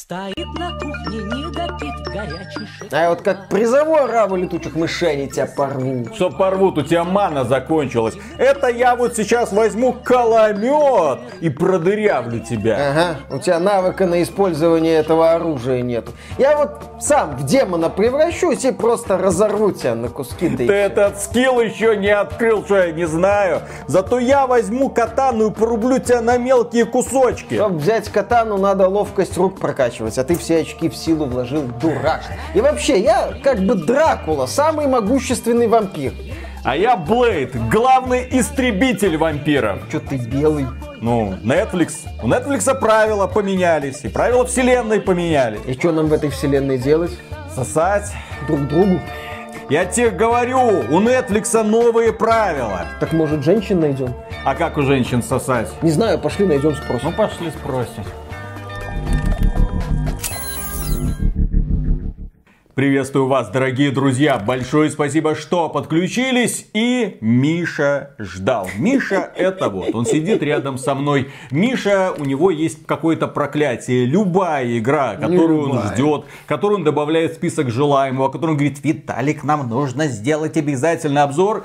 Стоит на кухне, не допит горячий шоколад. А вот как призовой ораву летучих мышей они тебя порвут. Что порвут, у тебя мана закончилась. Это я вот сейчас возьму каламет и продырявлю тебя. Ага, у тебя навыка на использование этого оружия нету. Я вот сам в демона превращусь и просто разорву тебя на куски. Да Ты этот скилл еще не открыл, что я не знаю. Зато я возьму катану и порублю тебя на мелкие кусочки. Чтобы взять катану, надо ловкость рук прокачивать, а ты все очки в силу вложил, дурак. И вообще, я как бы Дракула, самый могущественный вампир. А я Блейд, главный истребитель вампиров. Чё ты белый? Ну, Netflix. У Netflix правила поменялись, и правила вселенной поменялись. И что нам в этой вселенной делать? Сосать Друг другу? Я тебе говорю, у Netflix новые правила. Так может женщин найдем? А как у женщин сосать? Не знаю, пошли найдем, спросим. Ну пошли спросим. Приветствую вас, дорогие друзья. Большое спасибо, что подключились. И Миша ждал. Миша это вот. Он сидит рядом со мной. Миша, у него есть какое-то проклятие. Любая игра, которую он ждет, которую он добавляет в список желаемого, которую он говорит: Виталик, нам нужно сделать обязательно обзор.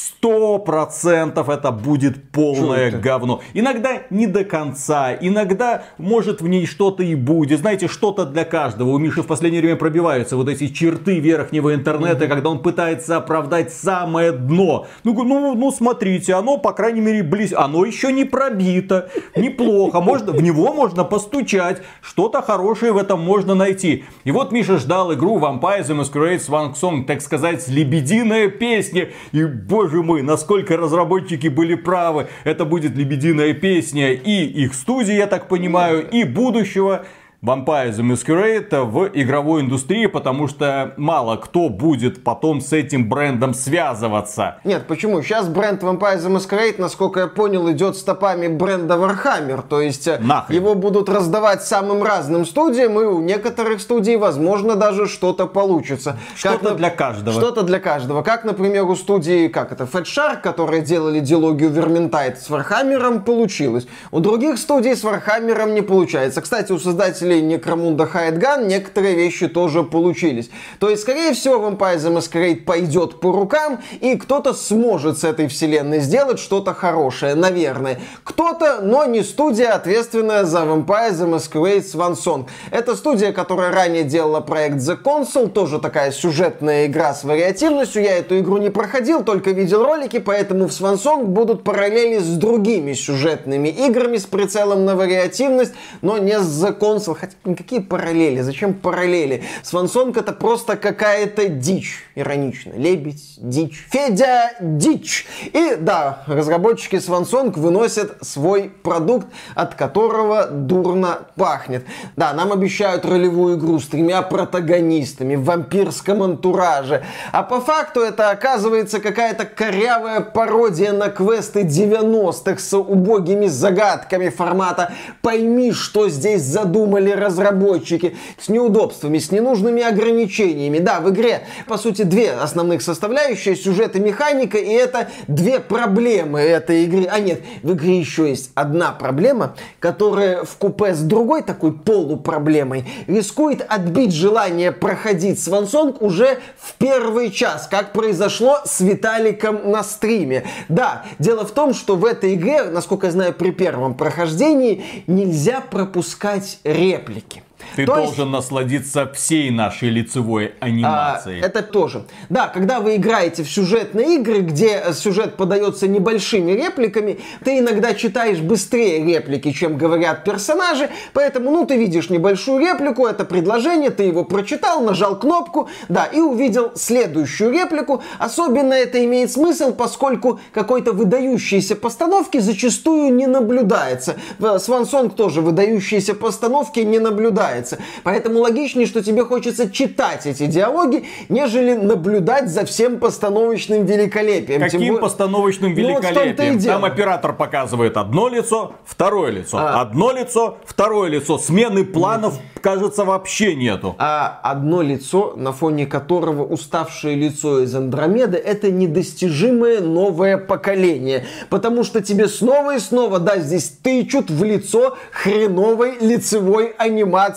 100% это будет полное говно. Иногда не до конца, иногда может в ней что-то и будет. Знаете, что-то для каждого. У Миши в последнее время пробиваются вот эти черты верхнего интернета, когда он пытается оправдать самое дно. Ну, смотрите, оно, по крайней мере, оно еще не пробито. Неплохо. В него можно постучать. Что-то хорошее в этом можно найти. И вот Миша ждал игру Vampire the Masquerade Swansong, так сказать, лебединая песня. И боже мой, насколько разработчики были правы. Это будет лебединая песня и их студии, я так понимаю, и будущего Vampire the Masquerade в игровой индустрии, потому что мало кто будет потом с этим брендом связываться. Нет, почему? Сейчас бренд Vampire the Masquerade, насколько я понял, идет стопами бренда Warhammer. То есть его будут раздавать самым разным студиям, и у некоторых студий, возможно, даже что-то получится. Что-то для каждого. Что-то для каждого. Как, например, у студии, Fat Shark, которые делали дилогию Vermintide, с Warhammer получилось. У других студий с Warhammer не получается. Кстати, у создателей Necromunda Hidegun некоторые вещи тоже получились. То есть, скорее всего, Vampire the Masquerade пойдет по рукам, и кто-то сможет с этой вселенной сделать что-то хорошее, наверное. Кто-то, но не студия, ответственная за Vampire the Masquerade Swansong. Это студия, которая ранее делала проект The Console, тоже такая сюжетная игра с вариативностью. Я эту игру не проходил, только видел ролики, поэтому в Swansong будут параллели с другими сюжетными играми с прицелом на вариативность, но не с The Console. Хотя никакие параллели. Зачем параллели? Swansong это просто какая-то дичь. Иронично. Лебедь, дичь. Федя, дичь. И да, разработчики Swansong выносят свой продукт, от которого дурно пахнет. Да, нам обещают ролевую игру с 3 протагонистами в вампирском антураже. А по факту это оказывается какая-то корявая пародия на квесты 90-х с убогими загадками формата «Пойми, что здесь задумали разработчики», с неудобствами, с ненужными ограничениями. Да, в игре, по сути, 2 основных составляющие: сюжет и механика, и это 2 проблемы этой игры. А нет, в игре еще есть одна проблема, которая вкупе с другой такой полупроблемой рискует отбить желание проходить Swansong уже в первый час, как произошло с Виталиком на стриме. Да, дело в том, что в этой игре, насколько я знаю, при первом прохождении нельзя пропускать реплики. Ты должен насладиться всей нашей лицевой анимацией. Это тоже. Да, когда вы играете в сюжетные игры, где сюжет подается небольшими репликами, ты иногда читаешь быстрее реплики, чем говорят персонажи, поэтому, ты видишь небольшую реплику, это предложение, ты его прочитал, нажал кнопку, да, и увидел следующую реплику. Особенно это имеет смысл, поскольку какой-то выдающейся постановки зачастую не наблюдается. В Swansong тоже выдающиеся постановки не наблюдается. Поэтому логичнее, что тебе хочется читать эти диалоги, нежели наблюдать за всем постановочным великолепием. Каким постановочным великолепием? Там оператор показывает одно лицо, второе лицо. Одно лицо, второе лицо. Смены планов, кажется, вообще нету. А одно лицо, на фоне которого уставшее лицо из Андромеды, это недостижимое новое поколение. Потому что тебе снова и снова, да, здесь тычут в лицо хреновой лицевой анимации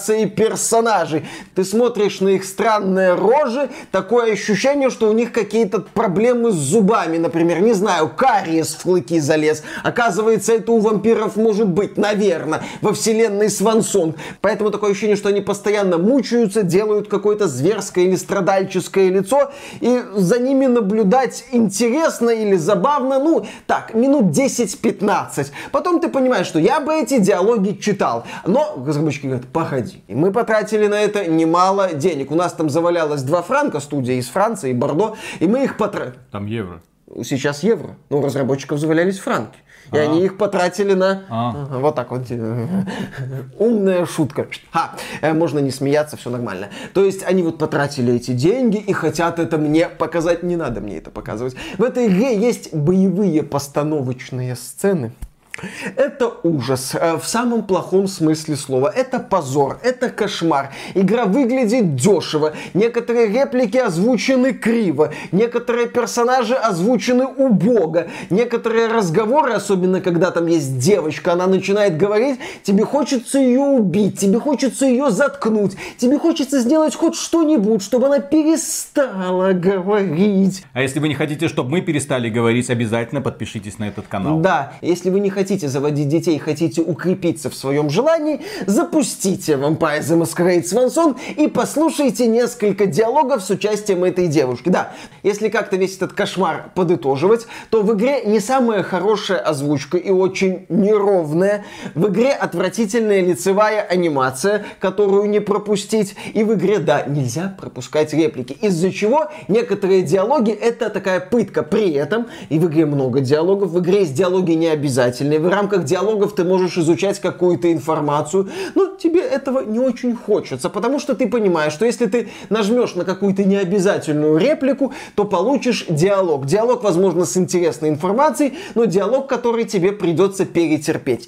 анимацией персонажей. Ты смотришь на их странные рожи, такое ощущение, что у них какие-то проблемы с зубами, например, не знаю, кариес в клыки залез. Оказывается, это у вампиров может быть, наверное, во вселенной Свансон. Поэтому такое ощущение, что они постоянно мучаются, делают какое-то зверское или страдальческое лицо, и за ними наблюдать интересно или забавно, ну, так, минут 10-15. Потом ты понимаешь, что я бы эти диалоги читал. Но разработчики говорят, погоди, и мы потратили на это немало денег. У нас там завалялось 2 франка, студия из Франции, Бордо, и мы их потратили. Там евро. Сейчас евро. Но у разработчиков завалялись франки. И они их потратили на... Вот так вот. Умная шутка. Можно не смеяться, все нормально. То есть они вот потратили эти деньги и хотят это мне показать. Не надо мне это показывать. В этой игре есть боевые постановочные сцены. Это ужас, в самом плохом смысле слова. Это позор, это кошмар. Игра выглядит дешево. Некоторые реплики озвучены криво. Некоторые персонажи озвучены убого. Некоторые разговоры, особенно когда там есть девочка, она начинает говорить, тебе хочется ее убить, тебе хочется ее заткнуть, тебе хочется сделать хоть что-нибудь, чтобы она перестала говорить. А если вы не хотите, чтобы мы перестали говорить, обязательно подпишитесь на этот канал. Да, если вы не хотите заводить детей, хотите укрепиться в своем желании, запустите Vampire the Masquerade Swanson и послушайте несколько диалогов с участием этой девушки. Да, если как-то весь этот кошмар подытоживать, то в игре не самая хорошая озвучка и очень неровная. В игре отвратительная лицевая анимация, которую не пропустить. И в игре, да, нельзя пропускать реплики. Из-за чего некоторые диалоги это такая пытка. При этом, и в игре много диалогов, в игре есть диалоги необязательные. В рамках диалогов ты можешь изучать какую-то информацию, но тебе этого не очень хочется, потому что ты понимаешь, что если ты нажмешь на какую-то необязательную реплику, то получишь диалог. Диалог, возможно, с интересной информацией, но диалог, который тебе придется перетерпеть.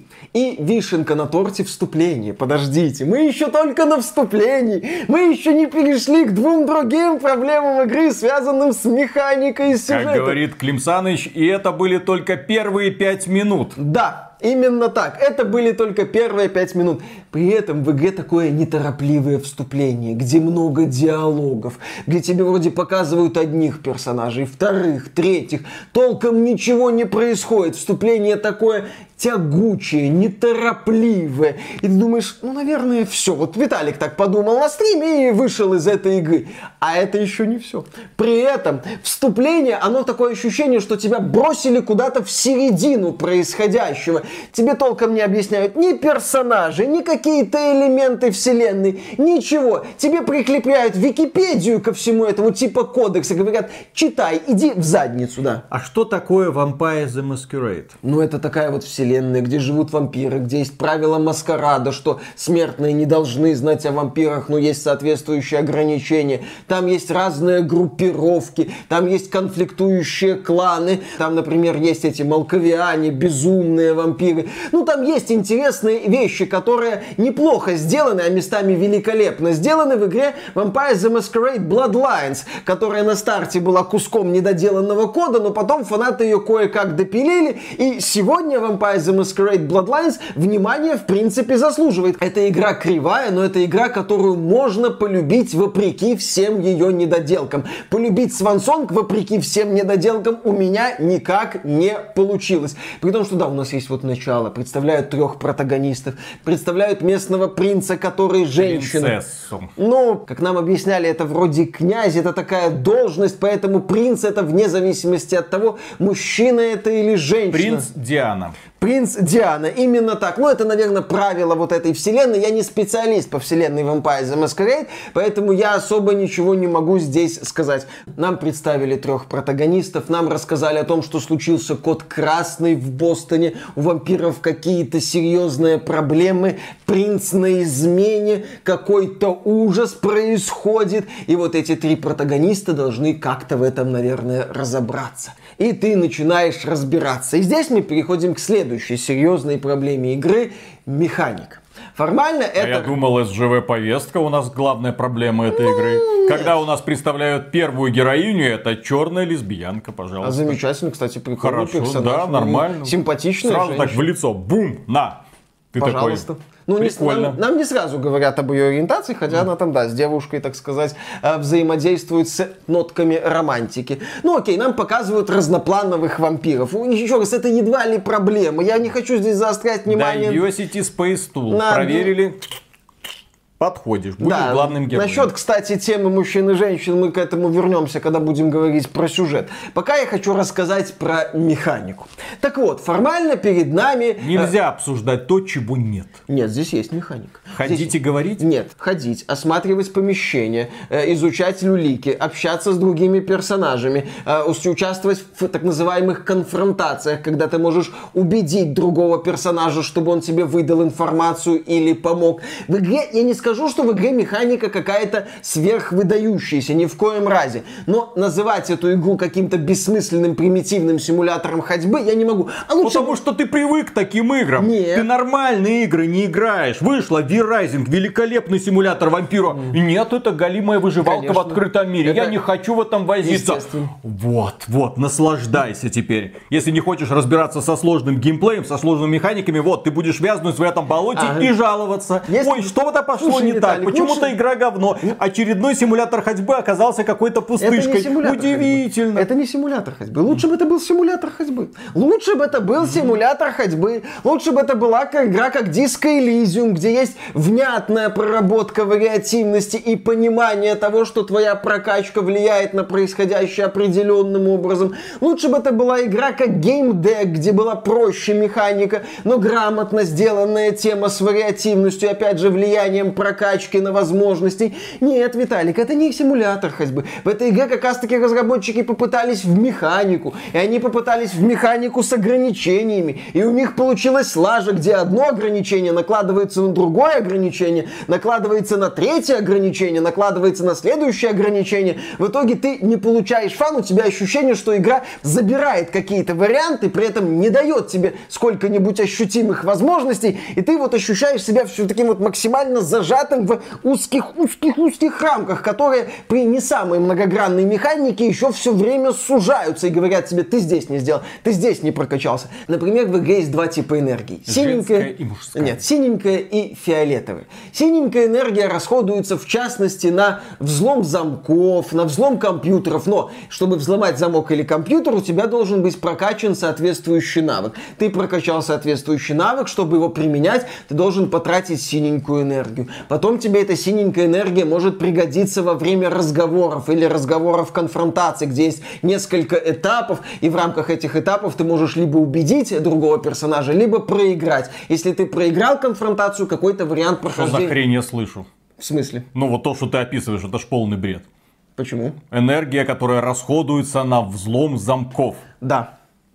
И вишенка на торте — вступление. Подождите, мы еще только на вступлении. Мы еще не перешли к 2 другим проблемам игры, связанным с механикой и сюжетом. Как говорит Клим Саныч, и это были только первые 5 минут. Да. Именно так. Это были только первые 5 минут. При этом в игре такое неторопливое вступление, где много диалогов, где тебе вроде показывают одних персонажей, вторых, третьих. Толком ничего не происходит. Вступление такое тягучее, неторопливое. И ты думаешь, ну, наверное, все. Вот Виталик так подумал на стриме и вышел из этой игры. А это еще не все. При этом вступление, оно такое ощущение, что тебя бросили куда-то в середину происходящего. Тебе толком не объясняют ни персонажи, ни какие-то элементы вселенной, ничего. Тебе прикрепляют Википедию ко всему этому, типа кодекса, говорят, читай, иди в задницу, да. А что такое Vampire the Masquerade? Ну, это такая вот вселенная, где живут вампиры, где есть правила маскарада, что смертные не должны знать о вампирах, но есть соответствующие ограничения. Там есть разные группировки, там есть конфликтующие кланы, там, например, есть эти малковиане, безумные вампиры. Ну, там есть интересные вещи, которые неплохо сделаны, а местами великолепно сделаны в игре Vampire the Masquerade Bloodlines, которая на старте была куском недоделанного кода, но потом фанаты ее кое-как допилили, и сегодня Vampire the Masquerade Bloodlines внимание, в принципе, заслуживает. Это игра кривая, но это игра, которую можно полюбить вопреки всем ее недоделкам. Полюбить Свансонг вопреки всем недоделкам у меня никак не получилось. При том, что да, у нас есть вот начало, представляют 3 протагонистов, представляют местного принца, который женщина. Принцессу. Ну, как нам объясняли, это вроде князь, это такая должность, поэтому принц это вне зависимости от того, мужчина это или женщина. Принц Диана. Принц Диана, именно так. Ну, это, наверное, правило вот этой вселенной. Я не специалист по вселенной Vampire the Masquerade, поэтому я особо ничего не могу здесь сказать. Нам представили 3 протагонистов, нам рассказали о том, что случился код красный в Бостоне, у вампиров какие-то серьезные проблемы, принц на измене, какой-то ужас происходит, и вот эти 3 протагониста должны как-то в этом, наверное, разобраться. И ты начинаешь разбираться. И здесь мы переходим к следующей серьезной проблеме игры – механика. Формально это... я думал, СЖВ-повестка у нас главная проблема этой игры. Когда у нас представляют первую героиню, это черная лесбиянка, пожалуйста. А замечательно, кстати, прикольный Хорошо, персонаж. да, нормально. Симпатичная сразу женщина. так в лицо, бум, на. Ты пожалуйста. такой, Ну, Прикольно. нам не сразу говорят об ее ориентации, хотя она там, да, с девушкой, так сказать, взаимодействует с нотками романтики. Ну, окей, нам показывают разноплановых вампиров. Еще раз, это едва ли проблема. Я не хочу здесь заострять внимание. Diversity Space Tool. Проверили. Подходишь, будешь главным героем. Насчет, кстати, темы мужчин и женщин, мы к этому вернемся, когда будем говорить про сюжет. Пока я хочу рассказать про механику. Так вот, формально перед нами... Нельзя обсуждать то, чего нет. Нет, здесь есть механика. Ходить и говорить? Нет, ходить, осматривать помещение, изучать люлики, общаться с другими персонажами, участвовать в так называемых конфронтациях, когда ты можешь убедить другого персонажа, чтобы он тебе выдал информацию или помог. В игре, я не скажу, что в игре механика какая-то сверхвыдающаяся, ни в коем разе. Но называть эту игру каким-то бессмысленным, примитивным симулятором ходьбы я не могу. Потому что ты привык к таким играм. Нет. Ты нормальные игры не играешь. Вышла V-Rising, великолепный симулятор вампира. Нет, это галимая выживалка в открытом мире. Я не хочу в этом возиться. Вот, наслаждайся теперь. Если не хочешь разбираться со сложным геймплеем, со сложными механиками, вот, ты будешь вязнуть в этом болоте и жаловаться. Ой, что-то пошло не так. Почему-то игра говно. Очередной симулятор ходьбы оказался какой-то пустышкой. Удивительно. Это не симулятор ходьбы. Лучше бы это был симулятор ходьбы. Лучше бы это был симулятор ходьбы. Лучше бы это была игра как Disco Elysium, где есть внятная проработка вариативности и понимание того, что твоя прокачка влияет на происходящее определенным образом. Лучше бы это была игра как Game Deck, где была проще механика, но грамотно сделанная тема с вариативностью, опять же, влиянием прокачки на возможности. Нет, Виталик, это не симулятор ходьбы. В этой игре как раз таки разработчики попытались в механику. И они попытались в механику с ограничениями. И у них получилась лажа, где одно ограничение накладывается на другое ограничение, накладывается на третье ограничение, накладывается на следующее ограничение. В итоге ты не получаешь фан, у тебя ощущение, что игра забирает какие-то варианты, при этом не дает тебе сколько-нибудь ощутимых возможностей, и ты вот ощущаешь себя все таким вот максимально зажатым в узких рамках, которые при не самой многогранной механике еще все время сужаются и говорят тебе: ты здесь не сделал, ты здесь не прокачался. Например, в игре есть два типа энергии. Женская и мужская. Нет, синенькая и фиолетовая. Синенькая энергия расходуется в частности на взлом замков, на взлом компьютеров, но чтобы взломать замок или компьютер, у тебя должен быть прокачан соответствующий навык. Ты прокачал соответствующий навык, чтобы его применять, ты должен потратить синенькую энергию. Потом тебе эта синенькая энергия может пригодиться во время разговоров или разговоров конфронтации, где есть несколько этапов, и в рамках этих этапов ты можешь либо убедить другого персонажа, либо проиграть. Если ты проиграл конфронтацию, какой-то вариант прохождения... Что за хрень я слышу? В смысле? Ну вот то, что ты описываешь, это ж полный бред. Почему? Энергия, которая расходуется на взлом замков. Да.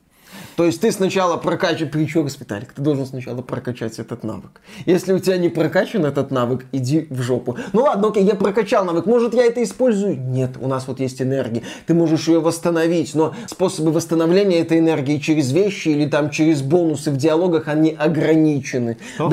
То есть ты сначала прокачиваешь, еще раз, Виталик, ты должен сначала прокачать этот навык. Если у тебя не прокачан этот навык, иди в жопу. Ну ладно, окей, я прокачал навык, может я это использую? Нет, у нас вот есть энергия, ты можешь ее восстановить, но способы восстановления этой энергии через вещи или там через бонусы в диалогах, они ограничены. Что?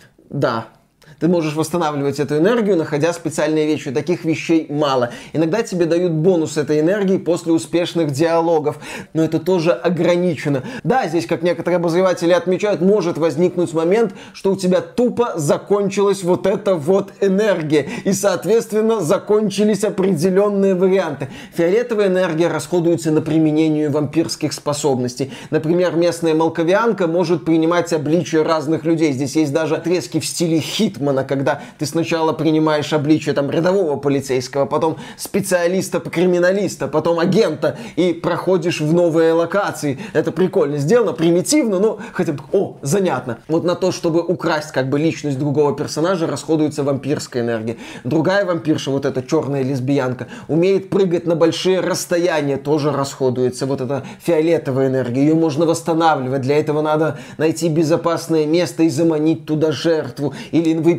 Да. Ты можешь восстанавливать эту энергию, находя специальные вещи. Таких вещей мало. Иногда тебе дают бонус этой энергии после успешных диалогов. Но это тоже ограничено. Да, здесь, как некоторые обозреватели отмечают, может возникнуть момент, что у тебя тупо закончилась вот эта вот энергия. И, соответственно, закончились определенные варианты. Фиолетовая энергия расходуется на применение вампирских способностей. Например, местная молковианка может принимать обличие разных людей. Здесь есть даже отрезки в стиле Хитмана, когда ты сначала принимаешь обличие там рядового полицейского, потом специалиста-криминалиста, потом агента и проходишь в новые локации. Это прикольно сделано, примитивно, но хотя бы, занятно. Вот на то, чтобы украсть как бы личность другого персонажа, расходуется вампирская энергия. Другая вампирша, вот эта черная лесбиянка, умеет прыгать на большие расстояния, тоже расходуется. Вот эта фиолетовая энергия, ее можно восстанавливать. Для этого надо найти безопасное место и заманить туда жертву, или выпить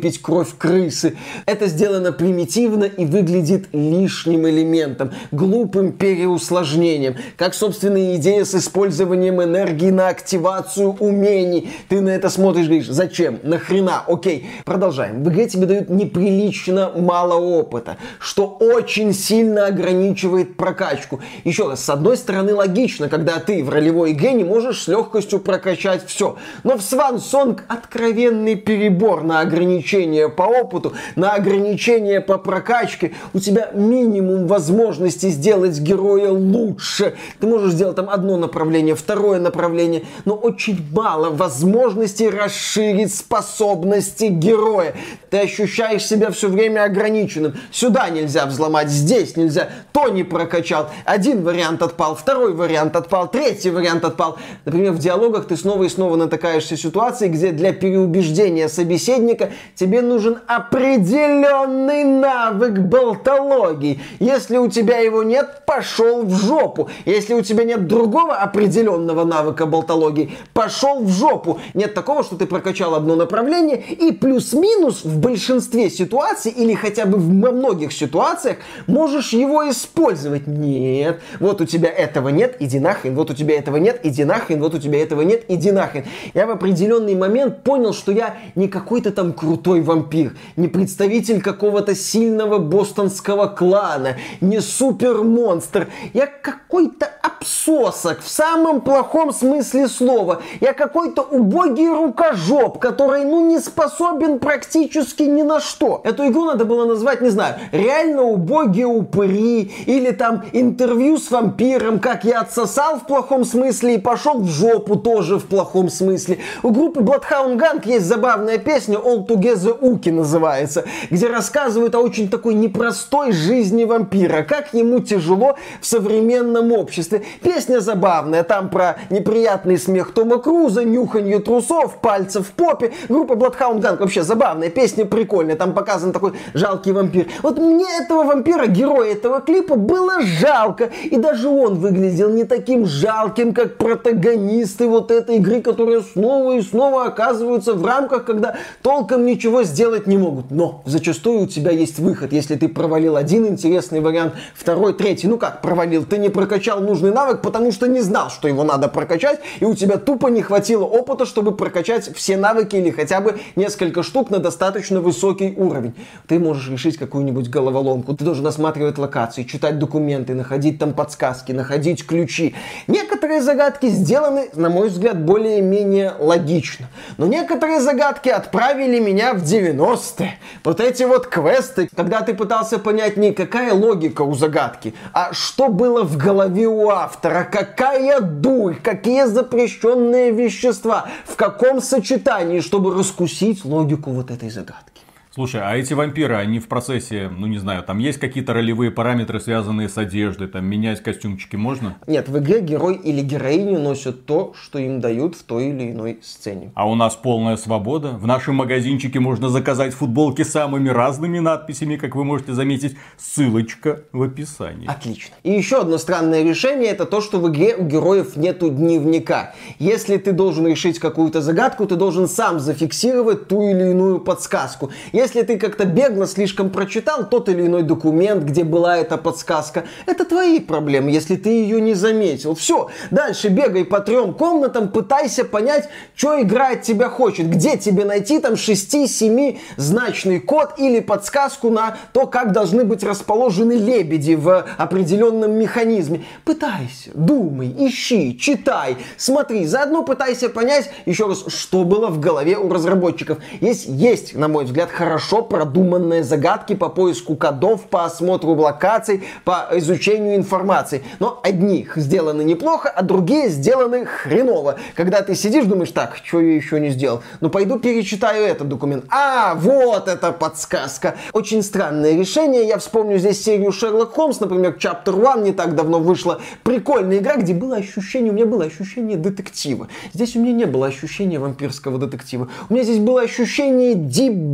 выпить кровь крысы. Это сделано примитивно и выглядит лишним элементом, глупым переусложнением. Как, собственно, идея с использованием энергии на активацию умений. Ты на это смотришь и говоришь, зачем? Нахрена? Окей, продолжаем. В игре тебе дают неприлично мало опыта, что очень сильно ограничивает прокачку. Еще раз, с одной стороны логично, когда ты в ролевой игре не можешь с легкостью прокачать все. Но в Swan Song откровенный перебор на ограничения по опыту, на ограничения по прокачке. У тебя минимум возможностей сделать героя лучше. Ты можешь сделать там одно направление, второе направление, но очень мало возможностей расширить способности героя. Ты ощущаешь себя все время ограниченным. Сюда нельзя взломать, здесь нельзя, то не прокачал. Один вариант отпал, второй вариант отпал, третий вариант отпал. Например, в диалогах ты снова и снова натыкаешься в ситуации, где для переубеждения собеседника тебе нужен определенный навык болтологии. Если у тебя его нет, пошел в жопу. Если у тебя нет другого определенного навыка болтологии, пошел в жопу. Нет такого, что ты прокачал одно направление и плюс-минус в большинстве ситуаций или хотя бы во многих ситуациях можешь его использовать. Нет. Вот у тебя этого нет, иди нахрен. Вот у тебя этого нет, иди нахрен. Вот у тебя этого нет, иди нахрен. Я в определенный момент понял, что я не какой-то там крутой вампир, не представитель какого-то сильного бостонского клана, не супермонстр. Я какой-то обсосок в самом плохом смысле слова. Я какой-то убогий рукожоп, который, не способен практически ни на что. Эту игру надо было назвать, не знаю, реально убогие упыри, или там интервью с вампиром, как я отсосал в плохом смысле и пошел в жопу тоже в плохом смысле. У группы Bloodhound Gang есть забавная песня All Together Uki называется, где рассказывают о очень такой непростой жизни вампира, как ему тяжело в современном обществе. Песня забавная, там про неприятный смех Тома Круза, нюханье трусов, пальцев в попе. Группа Bloodhound Gang вообще забавная, песня прикольная, там показан такой жалкий вампир. Вот мне этого вампира, героя этого клипа, было жалко, и даже он выглядел не таким жалким, как протагонисты вот этой игры, которые снова и снова оказываются в рамках, когда толком ничего сделать не могут. Но зачастую у тебя есть выход, если ты провалил один интересный вариант, второй, третий. Ну как провалил? Ты не прокачал нужный навык, потому что не знал, что его надо прокачать, и у тебя тупо не хватило опыта, чтобы прокачать все навыки или хотя бы несколько штук на достаточно высокий уровень. Ты можешь решить какую-нибудь головоломку, ты должен осматривать локации, читать документы, находить там подсказки, находить ключи. Некоторые загадки сделаны, на мой взгляд, более-менее логично. Но некоторые загадки отправили меня в 90-е. Вот эти вот квесты, когда ты пытался понять не какая логика у загадки, а что было в голове у автора, какая дурь, какие запрещенные вещества, в каком сочетании, чтобы раскусить логику вот этой загадки. Слушай, а эти вампиры, они в процессе, не знаю, там есть какие-то ролевые параметры, связанные с одеждой, там менять костюмчики можно? Нет, в игре герой или героиня носят то, что им дают в той или иной сцене. А у нас полная свобода. В нашем магазинчике можно заказать футболки с самыми разными надписями, как вы можете заметить. Ссылочка в описании. Отлично. И еще одно странное решение, это то, что в игре у героев нету дневника. Если ты должен решить какую-то загадку, ты должен сам зафиксировать ту или иную подсказку. Если ты как-то бегло слишком прочитал тот или иной документ, где была эта подсказка, это твои проблемы, если ты ее не заметил. Все, дальше бегай по 3 комнатам, пытайся понять, что игра от тебя хочет, где тебе найти там 6-7 значный код или подсказку на то, как должны быть расположены лебеди в определенном механизме. Пытайся, думай, ищи, читай, смотри, заодно пытайся понять, еще раз, что было в голове у разработчиков. Есть, на мой взгляд, хорошо продуманные загадки по поиску кодов, по осмотру локаций, по изучению информации. Но одни сделаны неплохо, а другие сделаны хреново. Когда ты сидишь, думаешь, так, что я еще не сделал? Ну, пойду перечитаю этот документ. А, вот эта подсказка. Очень странное решение. Я вспомню здесь серию Шерлок Холмс, например, Chapter One не так давно вышла. Прикольная игра, где было ощущение, у меня было ощущение детектива. Здесь у меня не было ощущения вампирского детектива. У меня здесь было ощущение дебила.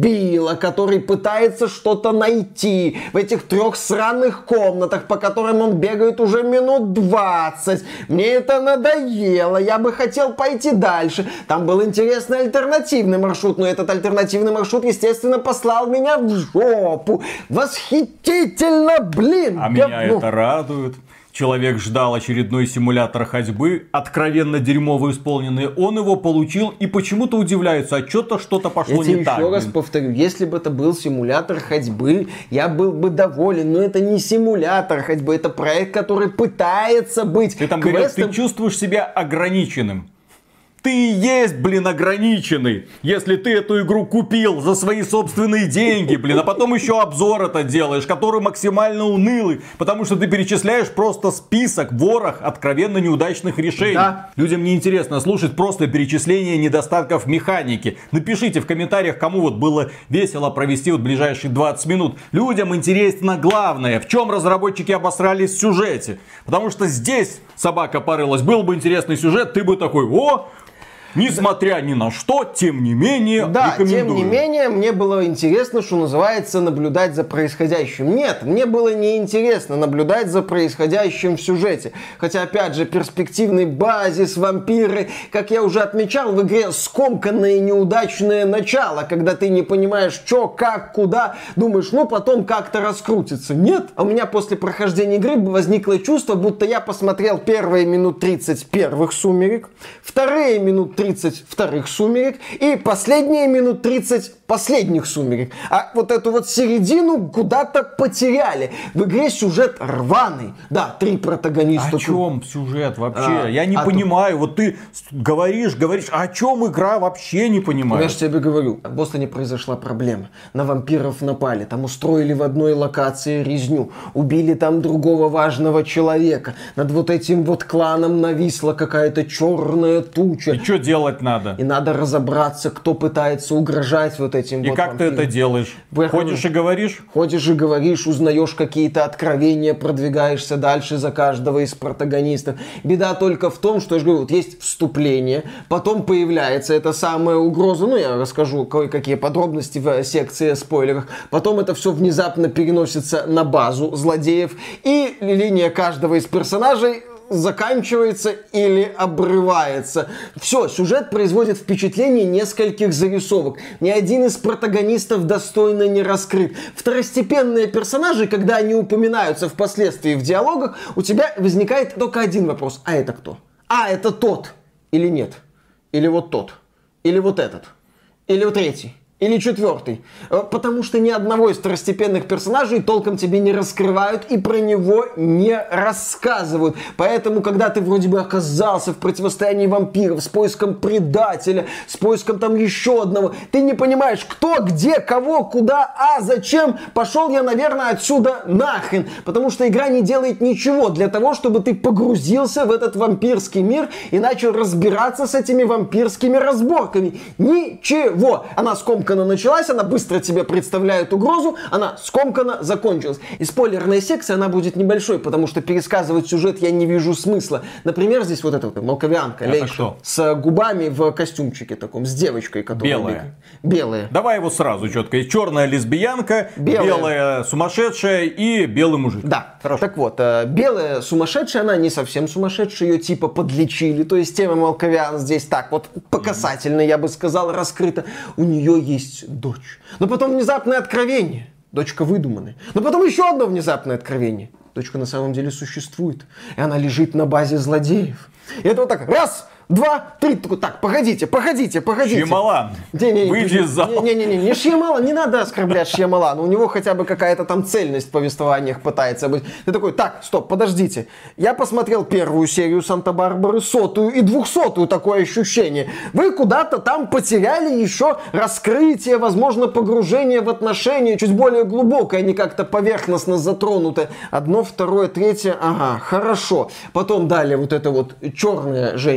надоело, который пытается что-то найти в этих 3 сраных комнатах, по которым он бегает уже минут 20. Мне это надоело, я бы хотел пойти дальше. Там был интересный альтернативный маршрут, но этот альтернативный маршрут, естественно, послал меня в жопу. Восхитительно, блин! А меня это радует. Человек ждал очередной симулятор ходьбы, откровенно дерьмово исполненный. Он его получил и почему-то удивляется, а что-то пошло не так. Я еще раз повторю, если бы это был симулятор ходьбы, я был бы доволен. Но это не симулятор ходьбы, это проект, который пытается быть Ты там квестом. говорил, ты чувствуешь себя ограниченным. Ты и есть, блин, ограниченный, если ты эту игру купил за свои собственные деньги, блин, а потом еще обзор это делаешь, который максимально унылый, потому что ты перечисляешь просто список, ворох откровенно неудачных решений. Да. Людям не интересно слушать просто перечисление недостатков механики. Напишите в комментариях, кому вот было весело провести вот ближайшие 20 минут. Людям интересно главное, в чем разработчики обосрались в сюжете. Потому что здесь собака порылась, был бы интересный сюжет, ты бы такой: о! Несмотря ни на что, тем не менее, да, рекомендую. тем не менее, мне было интересно, что называется, наблюдать за происходящим. Нет, мне было неинтересно наблюдать за происходящим в сюжете. Хотя, опять же, перспективный базис, вампиры, как я уже отмечал, в игре скомканное и неудачное начало, когда ты не понимаешь, что, как, куда, думаешь, ну, потом как-то раскрутится. Нет, у меня после прохождения игры возникло чувство, будто я посмотрел первые минут 30 первых «Сумерек», вторые минут 30 вторых «Сумерек» и последние минут 30 последних «Сумерек». А вот эту вот середину куда-то потеряли. В игре сюжет рваный. Да, 3 протагониста. О чем сюжет вообще? Я не понимаю. Вот ты говоришь, о чем игра, вообще не понимаю. Я же тебе говорю, в Бостоне произошла проблема. На вампиров напали. Там устроили в одной локации резню. Убили там другого важного человека. Над вот этим вот кланом нависла какая-то черная туча. И что делать надо? И надо разобраться, кто пытается угрожать вот этим и вот как вампирам. ты это делаешь? Ходишь и говоришь? Ходишь и говоришь, узнаешь какие-то откровения, продвигаешься дальше за каждого из протагонистов. Беда только в том, что, я же говорю, вот есть вступление, потом появляется эта самая угроза, ну, я расскажу кое-какие подробности в секции спойлеров, потом это все внезапно переносится на базу злодеев, и линия каждого из персонажей заканчивается или обрывается. Все, сюжет производит впечатление нескольких зарисовок. Ни один из протагонистов достойно не раскрыт. Второстепенные персонажи, когда они упоминаются впоследствии в диалогах, у тебя возникает только один вопрос. А это кто? А, это тот. Или нет? Или вот тот? Или вот этот? Или вот третий? Или 4. Потому что ни одного из второстепенных персонажей толком тебе не раскрывают и про него не рассказывают. Поэтому, когда ты вроде бы оказался в противостоянии вампиров с поиском предателя, с поиском там еще одного, ты не понимаешь, кто, где, кого, куда, зачем. Пошел я, наверное, отсюда нахрен. Потому что игра не делает ничего для того, чтобы ты погрузился в этот вампирский мир и начал разбираться с этими вампирскими разборками. Ничего. Она скомкана началась, она быстро тебе представляет угрозу, она скомканно закончилась. И спойлерная секция, она будет небольшой, потому что пересказывать сюжет я не вижу смысла. Например, здесь вот эта вот молковянка, Лейша, с губами в костюмчике таком, с девочкой, которая... Белая. Белая. Давай его сразу четко. Черная лесбиянка, белая сумасшедшая и белый мужик. Да. Хорошо. Так вот, белая сумасшедшая, она не совсем сумасшедшая, ее типа подлечили. То есть тема молковян здесь так вот по касательной, я бы сказал, раскрыта. У нее есть дочь. Но потом внезапное откровение. Дочка выдуманная. Но потом еще одно внезапное откровение. Дочка на самом деле существует. И она лежит на базе злодеев. И это вот так. Раз, 2, 3. Так, погодите. Шьямалан, выйди из зала. Не Шьямалан, не надо оскорблять Шьямалана. У него хотя бы какая-то там цельность в повествованиях пытается быть. Ты такой, так, стоп, подождите. Я посмотрел первую серию Санта-Барбары, 100-ю и 200-ю, такое ощущение. Вы куда-то там потеряли еще раскрытие, возможно, погружение в отношения чуть более глубокое, они как-то поверхностно затронуты. 1, 2, 3, ага, хорошо. Потом далее вот эта вот черная женщина.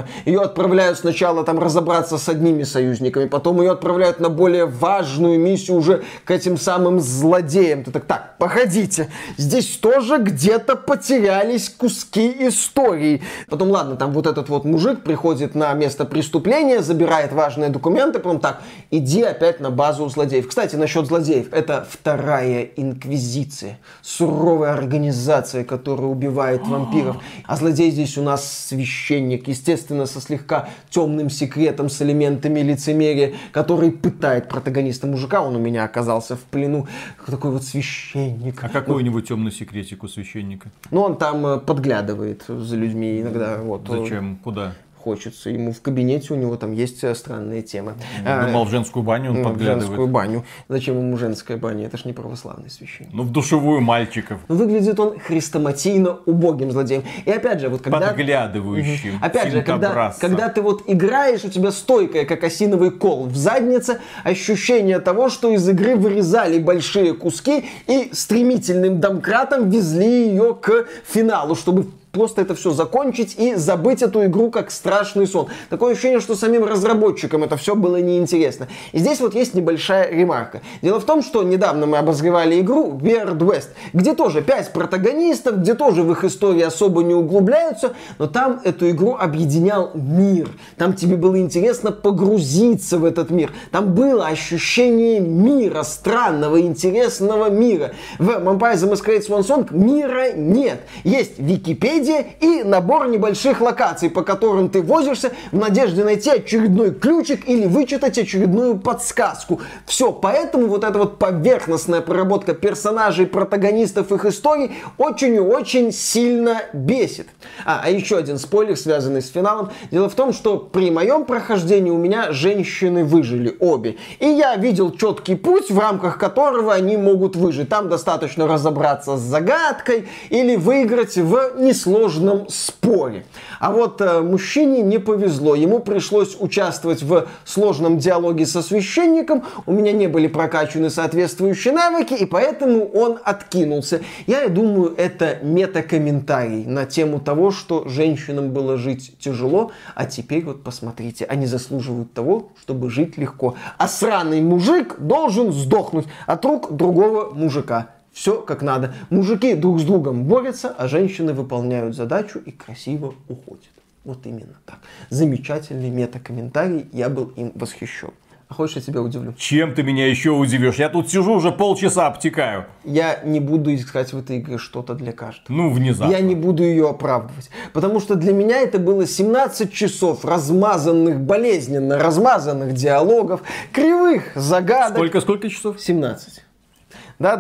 Ее отправляют сначала там разобраться с одними союзниками, потом ее отправляют на более важную миссию уже к этим самым злодеям. Ты так, погодите, здесь тоже где-то потерялись куски истории. Потом, ладно, там вот этот вот мужик приходит на место преступления, забирает важные документы, потом так, иди опять на базу злодеев. Кстати, насчет злодеев, это вторая инквизиция, суровая организация, которая убивает вампиров. А злодей здесь у нас священник, естественно, со слегка темным секретом, с элементами лицемерия, который пытает протагониста мужика. Он у меня оказался в плену. Такой вот священник. А какой у него темный секретик у священника? Ну, он там подглядывает за людьми иногда. Вот. Зачем? Куда? Хочется ему в кабинете, у него там есть странные темы. Думал, в женскую баню он подглядывает. В женскую баню. Зачем ему женская баня? Это ж не православный священник. Ну, в душевую мальчиков. Но выглядит он хрестоматийно убогим злодеем. И опять же, вот когда... Подглядывающим. Опять же, когда ты вот играешь, у тебя стойкая, как осиновый кол в заднице, ощущение того, что из игры вырезали большие куски и стремительным домкратом везли ее к финалу, чтобы просто это все закончить и забыть эту игру как страшный сон. Такое ощущение, что самим разработчикам это все было неинтересно. И здесь вот есть небольшая ремарка. Дело в том, что недавно мы обозревали игру Weird West, где тоже 5 протагонистов, где тоже в их истории особо не углубляются, но там эту игру объединял мир. Там тебе было интересно погрузиться в этот мир. Там было ощущение мира, странного, интересного мира. В Vampire the Masquerade Swan Song мира нет. Есть Википедия и набор небольших локаций, по которым ты возишься в надежде найти очередной ключик или вычитать очередную подсказку. Все, поэтому вот эта вот поверхностная проработка персонажей, протагонистов, их историй очень и очень сильно бесит. А еще один спойлер, связанный с финалом. Дело в том, что при моем прохождении у меня женщины выжили обе. И я видел четкий путь, в рамках которого они могут выжить. Там достаточно разобраться с загадкой или выиграть в несложном споре. А вот мужчине не повезло. Ему пришлось участвовать в сложном диалоге со священником. У меня не были прокачаны соответствующие навыки, и поэтому он откинулся. Я думаю, это мета-комментарий на тему того, что женщинам было жить тяжело, а теперь вот посмотрите, они заслуживают того, чтобы жить легко. А сраный мужик должен сдохнуть от рук другого мужика. Все как надо. Мужики друг с другом борются, а женщины выполняют задачу и красиво уходят. Вот именно так. Замечательный мета-комментарий, я был им восхищен. А хочешь, я тебя удивлю? Чем ты меня еще удивишь? Я тут сижу уже полчаса обтекаю. Я не буду искать в этой игре что-то для каждого. Ну, внезапно. Я не буду ее оправдывать. Потому что для меня это было 17 часов размазанных, болезненно размазанных диалогов, кривых загадок. Сколько часов? 17. Да.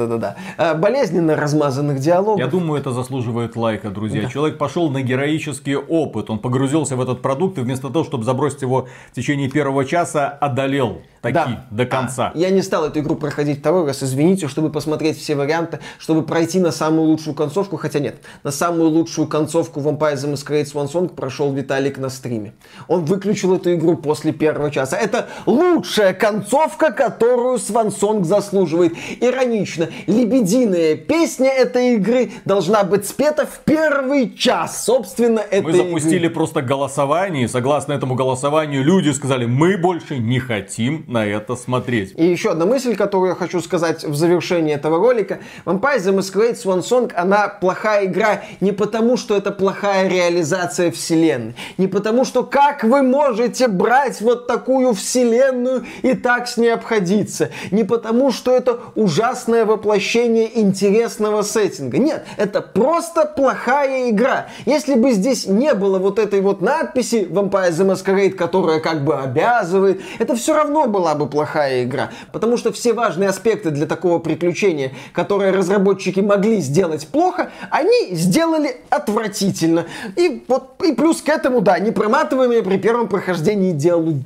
Болезненно размазанных диалогов. Я думаю, это заслуживает лайка, друзья. Да. Человек пошел на героический опыт. Он погрузился в этот продукт и вместо того, чтобы забросить его в течение первого часа, одолел до конца. Я не стал эту игру проходить второй раз, извините, чтобы посмотреть все варианты, чтобы пройти на самую лучшую концовку. Хотя нет, на самую лучшую концовку Vampire the Masquerade Swan Song прошел Виталик на стриме. Он выключил эту игру после первого часа. Это лучшая концовка, которую Swan Song заслуживает. Иронично, лебединая песня этой игры должна быть спета в первый час, собственно, этой Мы запустили просто голосование, и согласно этому голосованию люди сказали, мы больше не хотим на это смотреть. И еще одна мысль, которую я хочу сказать в завершении этого ролика. Vampire the Masquerade Swan Song, она плохая игра не потому, что это плохая реализация вселенной, не потому, что как вы можете брать вот такую вселенную и так с ней обходиться, не потому, что это ужасное воплощение интересного сеттинга. Нет, это просто плохая игра. Если бы здесь не было вот этой вот надписи Vampire the Masquerade, которая как бы обязывает, это все равно была бы плохая игра. Потому что все важные аспекты для такого приключения, которые разработчики могли сделать плохо, они сделали отвратительно. И плюс к этому, да, непроматываемые при первом прохождении диалоги.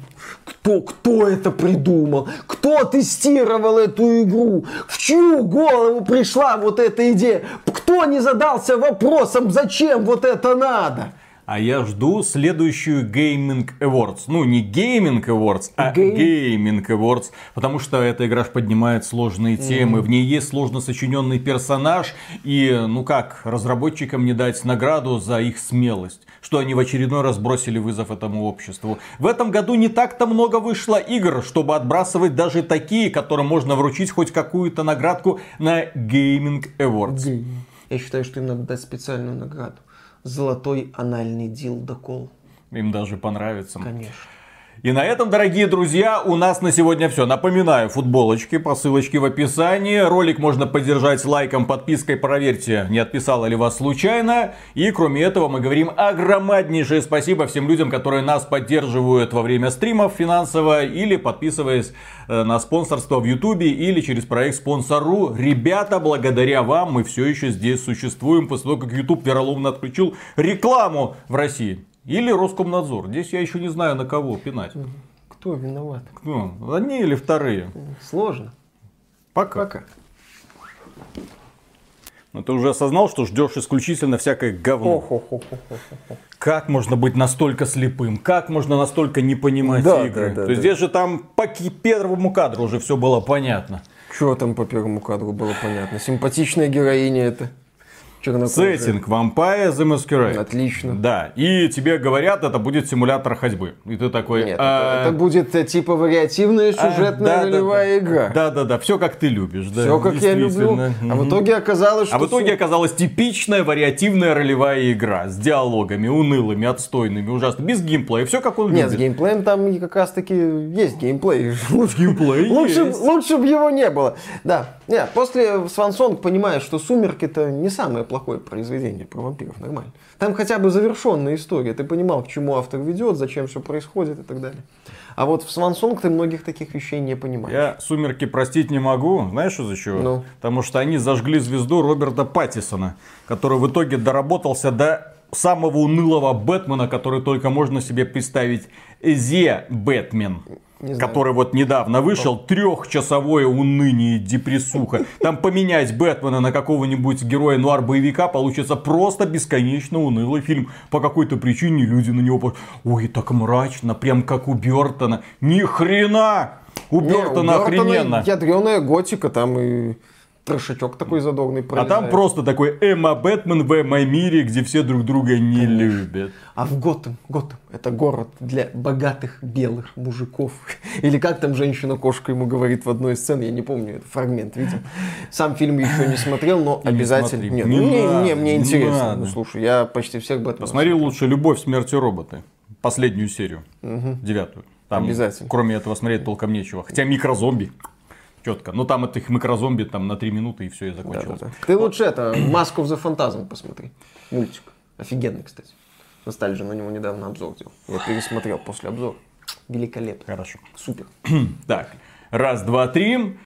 Кто это придумал? Кто тестировал эту игру? В чью голову пришла вот эта идея? Кто не задался вопросом, зачем вот это надо? А я жду следующую Gaming Awards. Ну, не Gaming Awards, а Gaming Awards. Потому что эта игра ж поднимает сложные темы. В ней есть сложно сочиненный персонаж. И, ну как, разработчикам не дать награду за их смелость. Что они в очередной раз бросили вызов этому обществу. В этом году не так-то много вышло игр, чтобы отбрасывать даже такие, которым можно вручить хоть какую-то наградку на Gaming Awards. Я считаю, что им надо дать специальную награду. Золотой анальный дилдокол. Им даже понравится. Конечно. И на этом, дорогие друзья, у нас на сегодня все. Напоминаю, футболочки по ссылочке в описании. Ролик можно поддержать лайком, подпиской. Проверьте, не отписало ли вас случайно. И кроме этого мы говорим огромнейшее спасибо всем людям, которые нас поддерживают во время стримов финансово. Или подписываясь на спонсорство в Ютубе. Или через проект Спонсор.ру. Ребята, благодаря вам мы все еще здесь существуем. После того, как Ютуб вероломно отключил рекламу в России. Или Роскомнадзор. Здесь я еще не знаю, на кого пинать. Кто виноват? Кто? Одни или вторые? Сложно. Пока. Но ты уже осознал, что ждешь исключительно всякое говно. Как можно быть настолько слепым? Как можно настолько не понимать игры? То есть здесь же там по первому кадру уже все было понятно. Что там по первому кадру было понятно? Симпатичная героиня это. Сеттинг Vampire the Masquerade. Отлично. Да. И тебе говорят, это будет симулятор ходьбы. И ты такой... Нет, это будет типа вариативная сюжетная ролевая игра. Да. Все как ты любишь. Все как я люблю. А в итоге оказалось, что... А в итоге оказалась типичная вариативная ролевая игра. С диалогами унылыми, отстойными, ужасно. Без геймплея. Все как он любит. Нет, с геймплеем там как раз таки есть геймплей. Геймплей есть. Лучше бы его не было. Да. Нет, после Swan Song понимаешь, что Сумерки это не самое плохое произведение про вампиров, нормально. Там хотя бы завершенная история. Ты понимал, к чему автор ведет, зачем все происходит и так далее. А вот в Swan Song ты многих таких вещей не понимаешь. Я Сумерки простить не могу. Знаешь, из-за чего? Ну. Потому что они зажгли звезду Роберта Паттисона, который в итоге доработался до самого унылого Бэтмена, который только можно себе представить. The Batman. Который вот недавно вышел, 3-часовое уныние и депрессуха. Там поменять Бэтмена на какого-нибудь героя нуар-боевика получится просто бесконечно унылый фильм. По какой-то причине люди на него... Ой, так мрачно, прям как у Бёртона. Ни хрена! У Бёртона охрененно. Ядреная готика, там и трешачок такой задорный пролезает. А там просто такой Эмма Бэтмен в Эмма-мире, где все друг друга не любят. А в Готэм это город для богатых белых мужиков. Или как там женщина-кошка ему говорит в одной из сцен, я не помню, это фрагмент видел. Сам фильм еще не смотрел, но обязательно. Нет, мне интересно. Ну, слушай, я почти всех Бэтменов. Посмотри лучше «Любовь, смерть и роботы». Последнюю серию. 9-ю. Там, обязательно. Кроме этого смотреть толком нечего. Хотя микрозомби. Четко. Но там этих микрозомби там на 3 минуты и все, и закончилось. Да. Ты лучше это Mask of the Phantasm посмотри. Мультик. Офигенный, кстати. Ностальжи на него недавно обзор делал. Я пересмотрел после обзора. Великолепно. Хорошо. Супер. Так. 1, 2, 3.